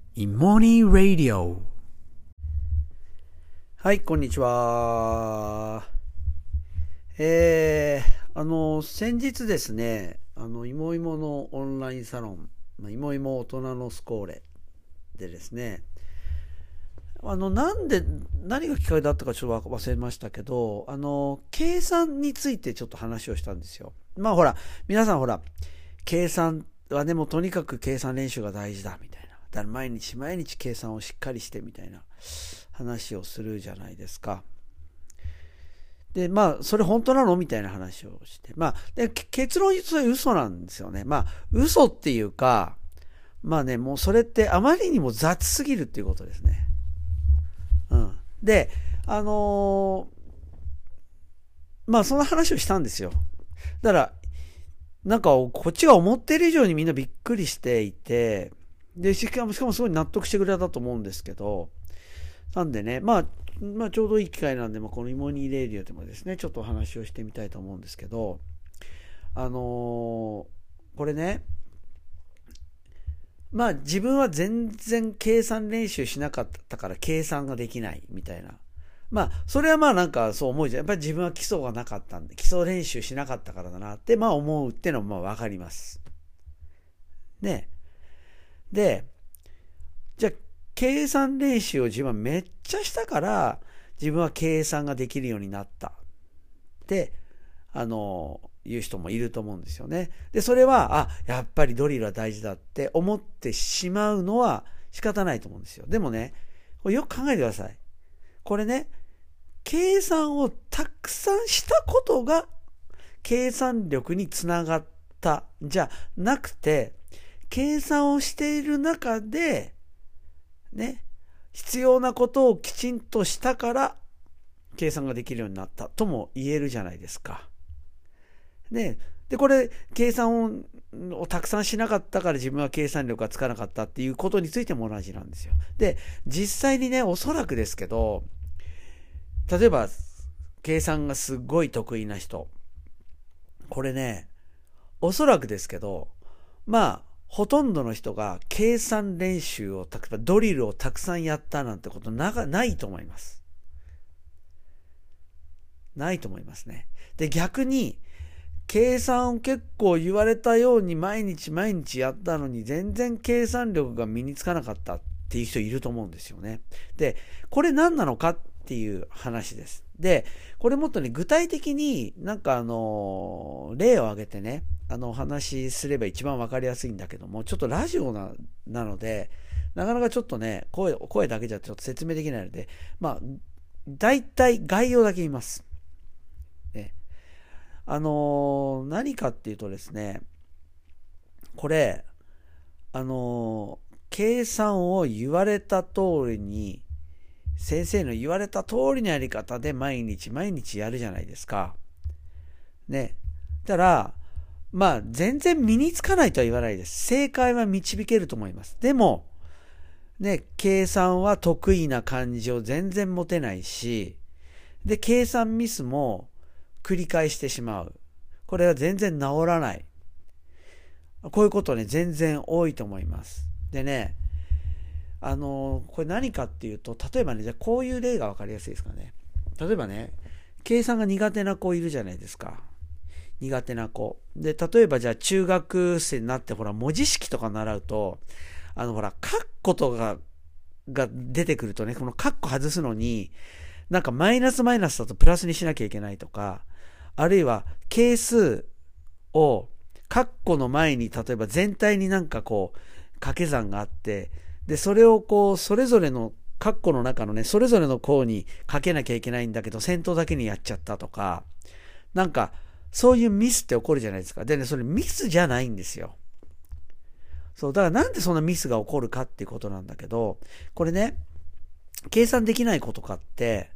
芋煮ラディオ。はい、こんにちは。先日ですね、いもいものオンラインサロン、いもいも大人のスコーレでですね、何がきっかけだったかちょっと忘れましたけど、計算についてちょっと話をしたんですよ。まあほら、皆さんほら、計算はね、もうとにかく計算練習が大事だみたいな。だから毎日毎日計算をしっかりしてみたいな話をするじゃないですか。で、まあ、それ本当なのみたいな話をして。まあ、で結論言うとそれ嘘なんですよね。まあ、嘘っていうか、まあね、もうそれってあまりにも雑すぎるっていうことですね。うん。で、まあ、その話をしたんですよ。だから、なんか、こっちが思っている以上にみんなびっくりしていて、で、しかもすごい納得してくれたと思うんですけど、なんでね、まあちょうどいい機会なんで、この芋煮レディオでもですね、ちょっとお話をしてみたいと思うんですけど、これね、まあ自分は全然計算練習しなかったから計算ができないみたいな。まあ、それはまあなんかそう思うじゃん。やっぱり自分は基礎がなかったんで、基礎練習しなかったからだなって、まあ思うっていうのもまあわかります。ね。で、じゃあ、計算練習を自分はめっちゃしたから、自分は計算ができるようになったって、いう人もいると思うんですよね。で、それは、やっぱりドリルは大事だって思ってしまうのは仕方ないと思うんですよ。でもね、よく考えてください。これね、計算をたくさんしたことが計算力につながったじゃなくて、計算をしている中で、ね、必要なことをきちんとしたから計算ができるようになったとも言えるじゃないですか。ね、で、これ、計算をたくさんしなかったから自分は計算力がつかなかったっていうことについても同じなんですよ。で、実際にね、おそらくですけど、例えば、計算がすごい得意な人。これね、おそらくですけど、まあ、ほとんどの人が計算練習をドリルをたくさんやったなんてことないと思います。ないと思いますね。で、逆に、計算を結構言われたように毎日毎日やったのに全然計算力が身につかなかったっていう人いると思うんですよね。で、これ何なのかっていう話です。で、これもっとね、具体的になんか例を挙げてね、お話しすれば一番わかりやすいんだけども、ちょっとラジオなので、なかなかちょっとね、声だけじゃちょっと説明できないので、まあ、大体概要だけ言います。ね、何かっていうとですね、これ、計算を言われた通りに、先生の言われた通りのやり方で毎日毎日やるじゃないですか。ね。だから、まあ、全然身につかないとは言わないです。正解は導けると思います。でも、ね、計算は得意な感じを全然持てないし、で、計算ミスも繰り返してしまう。これは全然治らない。こういうことね、全然多いと思います。でね、これ何かっていうと、例えばね、じゃあこういう例が分かりやすいですかね。例えばね、計算が苦手な子いるじゃないですか。苦手な子。で、例えばじゃあ中学生になってほら、文字式とか習うと、ほら、カッコとかが出てくるとね、このカッコ外すのに、なんかマイナスマイナスだとプラスにしなきゃいけないとか、あるいは係数をカッコの前に例えば全体になんかこう掛け算があって、でそれをこうそれぞれのカッコの中のねそれぞれの項にかけなきゃいけないんだけど先頭だけにやっちゃったとか、なんかそういうミスって起こるじゃないですか。でね、それミスじゃないんですよ。そうだからなんでそんなミスが起こるかっていうことなんだけど、これね、計算できない子とかって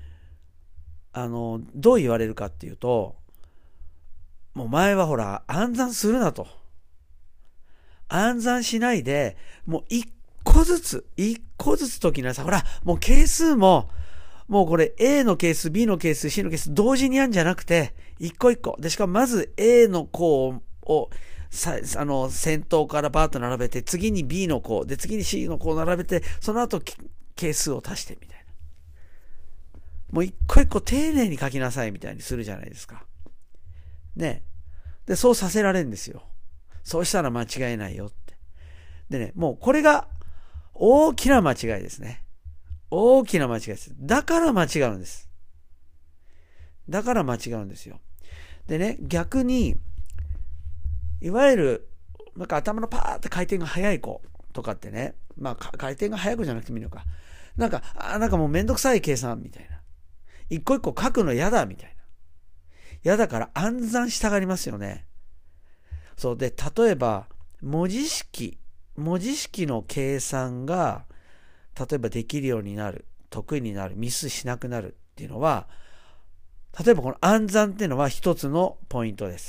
どう言われるかっていうと、もう前はほら、暗算するなと。暗算しないで、もう一個ずつ解きなさい。ほら、もう係数も、もうこれ A の係数、B の係数、C の係数同時にやんじゃなくて、一個一個。で、しかもまず A の項を先頭からバーッと並べて、次に B の項、で、次に C の項を並べて、その後、係数を足してみたいな。もう一個一個丁寧に書きなさいみたいにするじゃないですか。ね。で、そうさせられるんですよ。そうしたら間違えないよって。でね、もうこれが大きな間違いですね。大きな間違いです。だから間違うんです。だから間違うんですよ。でね、逆に、いわゆる、なんか頭のパーって回転が速い子とかってね、まあ回転が速くじゃなくてもいいのか。なんかもうめんどくさい計算みたいな。一個一個書くの嫌だみたいな。嫌だから暗算したがりますよね。そうで、例えば、文字式の計算が、例えばできるようになる、得意になる、ミスしなくなるっていうのは、例えばこの暗算っていうのは一つのポイントです。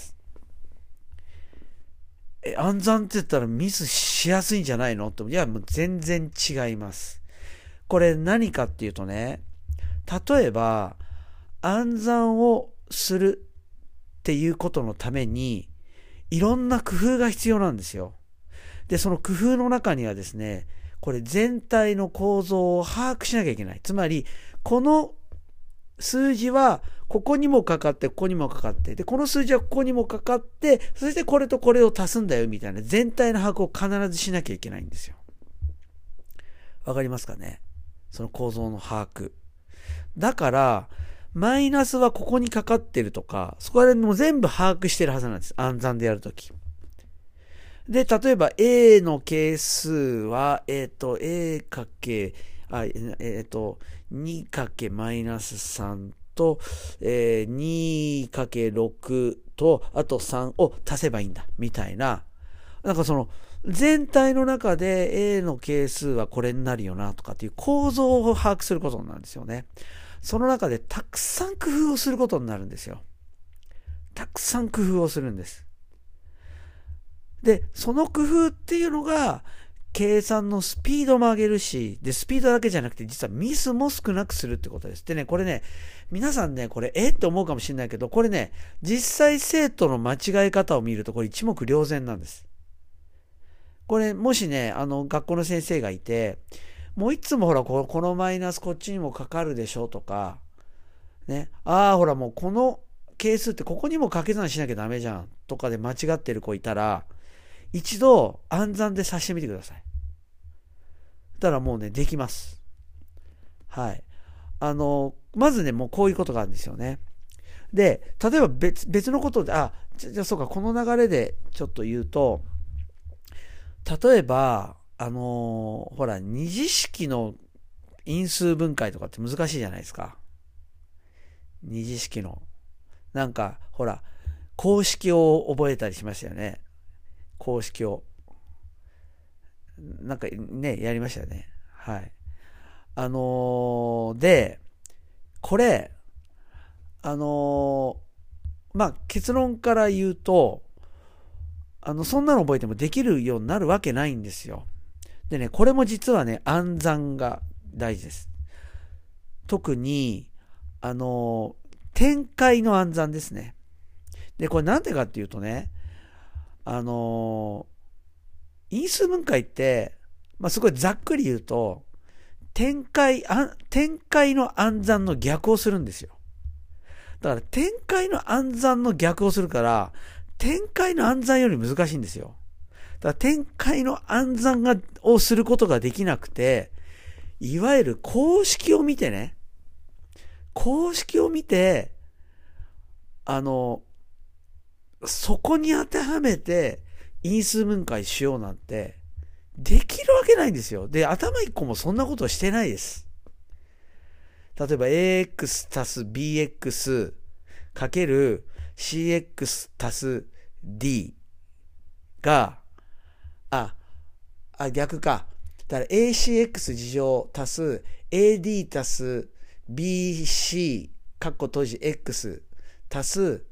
暗算って言ったらミスしやすいんじゃないのって、いや、もう全然違います。これ何かっていうとね、例えば、暗算をするっていうことのために、いろんな工夫が必要なんですよ。で、その工夫の中にはですね、これ全体の構造を把握しなきゃいけない。つまり、この数字はここにもかかって、ここにもかかって、で、この数字はここにもかかって、そしてこれとこれを足すんだよみたいな全体の把握を必ずしなきゃいけないんですよ。わかりますかね？その構造の把握。だから、マイナスはここにかかってるとか、そこら辺も全部把握してるはずなんです。暗算でやるとき。で、例えば A の係数は、A かけ、2かけマイナス3と、2かけ6と、あと3を足せばいいんだ。みたいな。なんかその、全体の中で A の係数はこれになるよなとかっていう構造を把握することになるんですよね。その中でたくさん工夫をすることになるんですよ。たくさん工夫をするんです。で、その工夫っていうのが、計算のスピードも上げるし、で、スピードだけじゃなくて、実はミスも少なくするってことです。でね、これね、皆さんね、これ、って思うかもしれないけど、これね、実際生徒の間違い方を見ると、これ一目瞭然なんです。これ、もしね、学校の先生がいて、もういつもほら、このマイナスこっちにもかかるでしょとか、ね、ほらもうこの係数ってここにも掛け算しなきゃダメじゃんとかで間違ってる子いたら、一度暗算でさしてみてください。たらもうね、できます。はい。まずね、もうこういうことがあるんですよね。で、例えば別のことで、じゃあそうか、この流れでちょっと言うと、例えば、ほら、二次式の因数分解とかって難しいじゃないですか。二次式の。なんか、ほら、公式を覚えたりしましたよね。公式を。なんかね、やりましたよね。はい。で、これ、結論から言うと、そんなの覚えてもできるようになるわけないんですよ。でね、これも実はね、暗算が大事です。特に、展開の暗算ですね。で、これなんでかっていうとね、因数分解って、すごいざっくり言うと、展開の暗算の逆をするんですよ。だから展開の暗算の逆をするから、展開の暗算より難しいんですよ。だから展開の暗算をすることができなくて、いわゆる公式を見てね、公式を見て、そこに当てはめて因数分解しようなんてできるわけないんですよ。で、頭一個もそんなことしてないです。例えば ax 足す bx かける cx 足す d が、逆か。だから acx 次乗足す ad 足す bc かっこ閉じ x 足す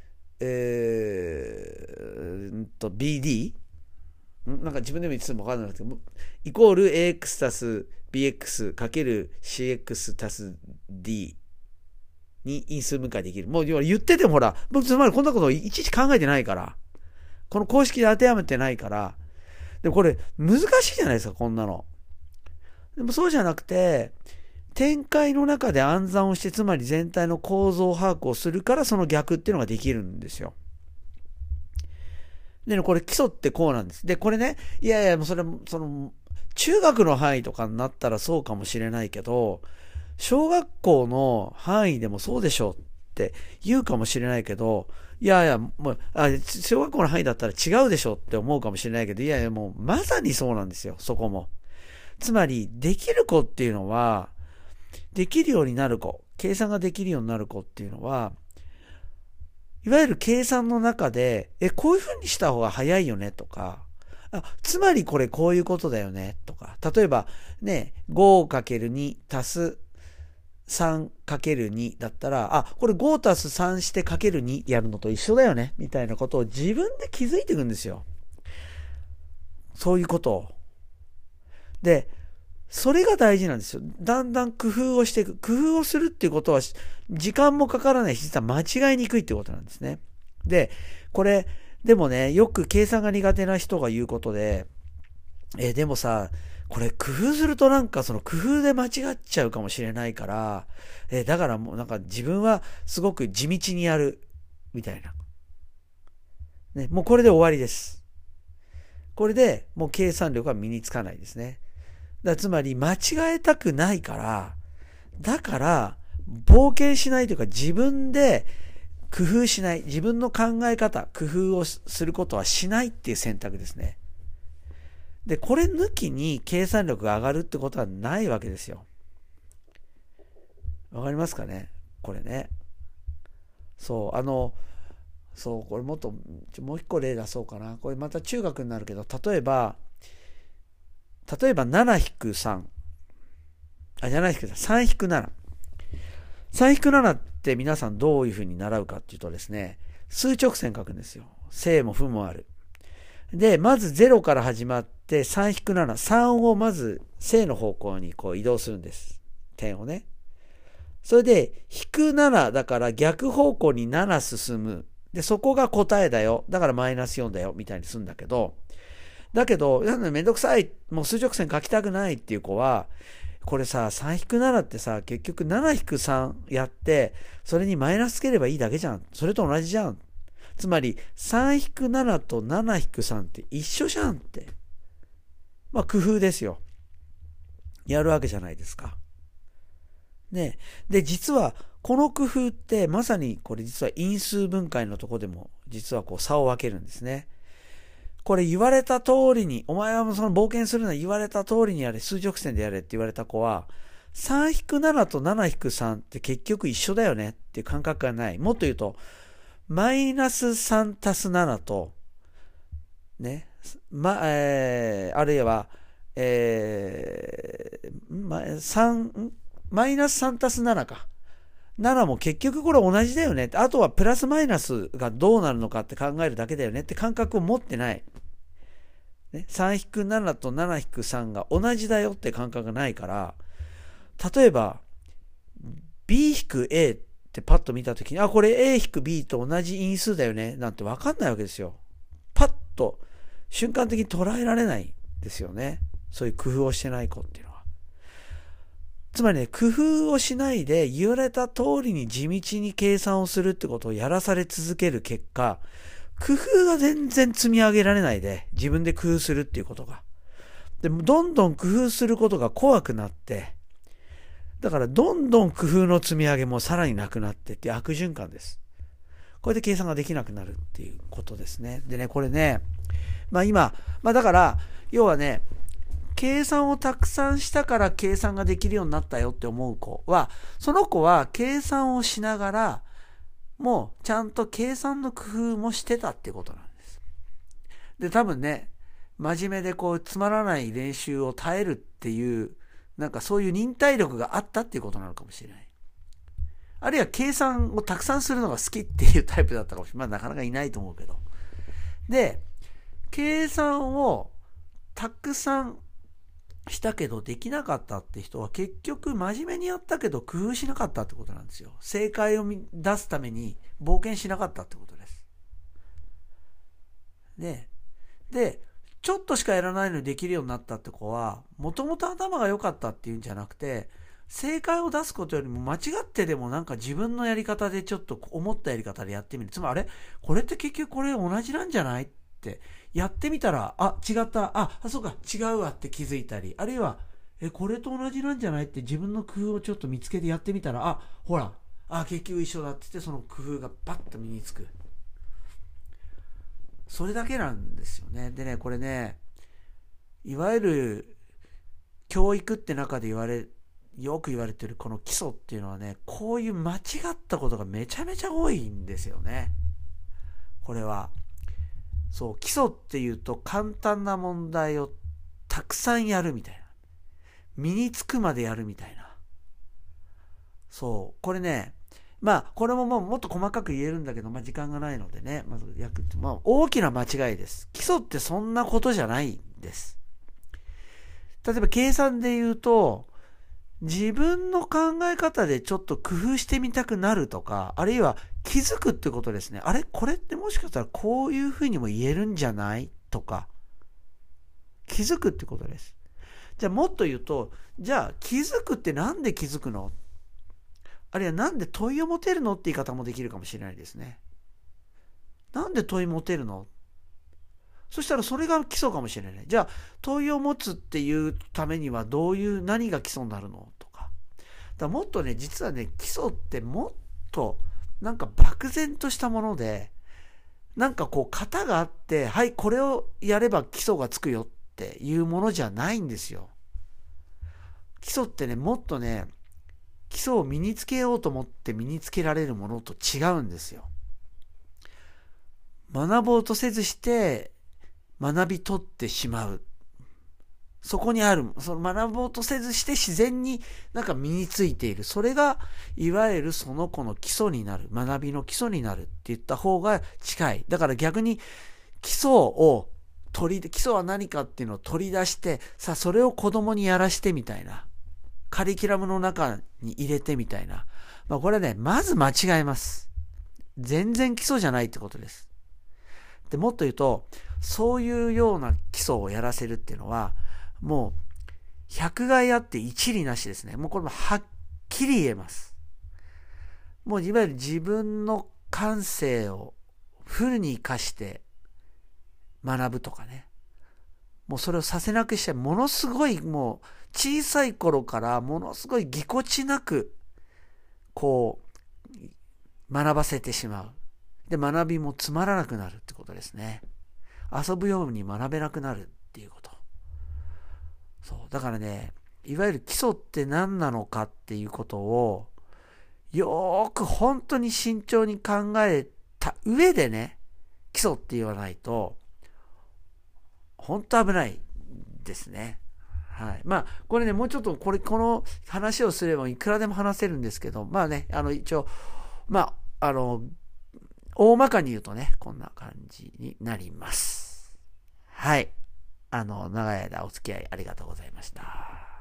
BD? なんか自分でもいつも分かんなくて、イコール AX 足す BX かける CX 足す D に因数分解できる。もう言っててもほら、僕つまりこんなことをいちいち考えてないから。 この公式で当てはめてないから。でもこれ難しいじゃないですか、こんなの。でもそうじゃなくて、展開の中で暗算をして、つまり全体の構造把握をするから、その逆っていうのができるんですよ。でね、これ基礎ってこうなんです。で、これね、いやいや、もうそれ、中学の範囲とかになったらそうかもしれないけど、小学校の範囲でもそうでしょって言うかもしれないけど、いやいや、もう、小学校の範囲だったら違うでしょって思うかもしれないけど、いやいや、もうまさにそうなんですよ、そこも。つまり、できる子っていうのは、できるようになる子、計算ができるようになる子っていうのは、いわゆる計算の中で、こういう風にした方が早いよねとか、つまりこれこういうことだよねとか、例えばね、5×2 足す 3×2 だったら、これ5足す3してかける2やるのと一緒だよねみたいなことを自分で気づいていくんですよ。そういうことを。で、それが大事なんですよ。だんだん工夫をしていく。工夫をするっていうことは、時間もかからないし、実は間違いにくいってことなんですね。で、これ、でもね、よく計算が苦手な人が言うことで、でもさ、これ工夫するとなんかその工夫で間違っちゃうかもしれないから、だからもうなんか自分はすごく地道にやる、みたいな。ね、もうこれで終わりです。これでもう計算力は身につかないですね。つまり間違えたくないから、だから冒険しないというか自分で工夫しない、自分の考え方、工夫をすることはしないっていう選択ですね。で、これ抜きに計算力が上がるってことはないわけですよ。わかりますかね？これね。そう、これもう一個例出そうかな。これまた中学になるけど、例えば7-3。3-7。3-7って皆さんどういうふうに習うかっていうとですね、数直線書くんですよ。正も負もある。で、まず0から始まって3-7。3をまず正の方向にこう移動するんです。点をね。それで、引く7だから逆方向に7進む。で、そこが答えだよ。だからマイナス4だよ。みたいにするんだけど、めんどくさい。もう数直線書きたくないっていう子は、これさ、3-7ってさ、結局7-3やって、それにマイナスつければいいだけじゃん。それと同じじゃん。つまり、3-7と7-3って一緒じゃんって。まあ、工夫ですよ。やるわけじゃないですか。ね。で、実は、この工夫って、まさにこれ実は因数分解のとこでも、実はこう差を分けるんですね。これ言われた通りに、お前はその冒険するのは言われた通りにやれ、数直線でやれって言われた子は、3-7と7-3って結局一緒だよねっていう感覚がない。もっと言うと、マイナス3足す7と、ね、あるいは、マイナス3足す7か。7も結局これ同じだよね。あとはプラスマイナスがどうなるのかって考えるだけだよねって感覚を持ってない。ね、3-7と7-3が同じだよって感覚がないから、例えば B-A ってパッと見たときに、これ A-B と同じ因数だよねなんて分かんないわけですよ。パッと瞬間的に捉えられないですよね。そういう工夫をしてない子っていうのは。つまりね、工夫をしないで言われた通りに地道に計算をするってことをやらされ続ける結果、工夫が全然積み上げられないで、自分で工夫するっていうことが。でも、どんどん工夫することが怖くなって、だからどんどん工夫の積み上げもさらになくなってっていう悪循環です。これで計算ができなくなるっていうことですね。でね、これね、だから、要はね、計算をたくさんしたから計算ができるようになったよって思う子は、その子は計算をしながら、もうちゃんと計算の工夫もしてたってことなんです。で、多分ね、真面目でこうつまらない練習を耐えるっていう、なんかそういう忍耐力があったっていうことなのかもしれない。あるいは計算をたくさんするのが好きっていうタイプだったかもしれない。なかなかいないと思うけど。で、計算をたくさんしたけどできなかったって人は結局真面目にやったけど工夫しなかったってことなんですよ。正解を出すために冒険しなかったってことです。 ね。で、ちょっとしかやらないのにできるようになったって子は、もともと頭が良かったっていうんじゃなくて、正解を出すことよりも間違ってでもなんか自分のやり方でちょっと思ったやり方でやってみる。つまり、これって結局これ同じなんじゃないってやってみたら、違った、そうか、違うわって気づいたり、あるいは、これと同じなんじゃないって自分の工夫をちょっと見つけてやってみたら、ほら、結局一緒だって言ってその工夫がバッと身につく。それだけなんですよね。でね、これね、いわゆる教育って中でよく言われてるこの基礎っていうのはね、こういう間違ったことがめちゃめちゃ多いんですよね。これは。そう、基礎っていうと簡単な問題をたくさんやるみたいな。身につくまでやるみたいな。そう、これね、これももっと細かく言えるんだけど、時間がないのでね、まず大きな間違いです。基礎ってそんなことじゃないんです。例えば計算で言うと、自分の考え方でちょっと工夫してみたくなるとか、あるいは気づくってことですね。これってもしかしたらこういうふうにも言えるんじゃないとか、気づくってことです。じゃあもっと言うと、じゃあ気づくってなんで気づくの？あるいはなんで問いを持てるのって言い方もできるかもしれないですね。なんで問い持てるの？そしたらそれが基礎かもしれない。じゃあ問いを持つっていうためには何が基礎になるのとか。もっとね、実はね、基礎ってもっとなんか漠然としたもので、なんかこう型があって、はい、これをやれば基礎がつくよっていうものじゃないんですよ。基礎ってね、もっとね、基礎を身につけようと思って身につけられるものと違うんですよ。学ぼうとせずして学び取ってしまう。そこにある、その学ぼうとせずして自然になんか身についている。それがいわゆるその子の基礎になる。学びの基礎になるって言った方が近い。だから逆に基礎は何かっていうのを取り出して、さあそれを子供にやらしてみたいな。カリキュラムの中に入れてみたいな。これね、まず間違えます。全然基礎じゃないってことです。で、もっと言うと、そういうような基礎をやらせるっていうのは、もう、百害あって一理なしですね。もうこれもはっきり言えます。もういわゆる自分の感性をフルに活かして学ぶとかね。もうそれをさせなくして、ものすごいもう小さい頃からものすごいぎこちなくこう学ばせてしまう。で、学びもつまらなくなるってことですね。遊ぶように学べなくなるっていうこと。そう。だからね、いわゆる基礎って何なのかっていうことをよーく本当に慎重に考えた上でね、基礎って言わないと本当危ないですね。はい。これね、もうちょっとこの話をすればいくらでも話せるんですけど、一応、大まかに言うとね、こんな感じになります。はい。長い間お付き合いありがとうございました。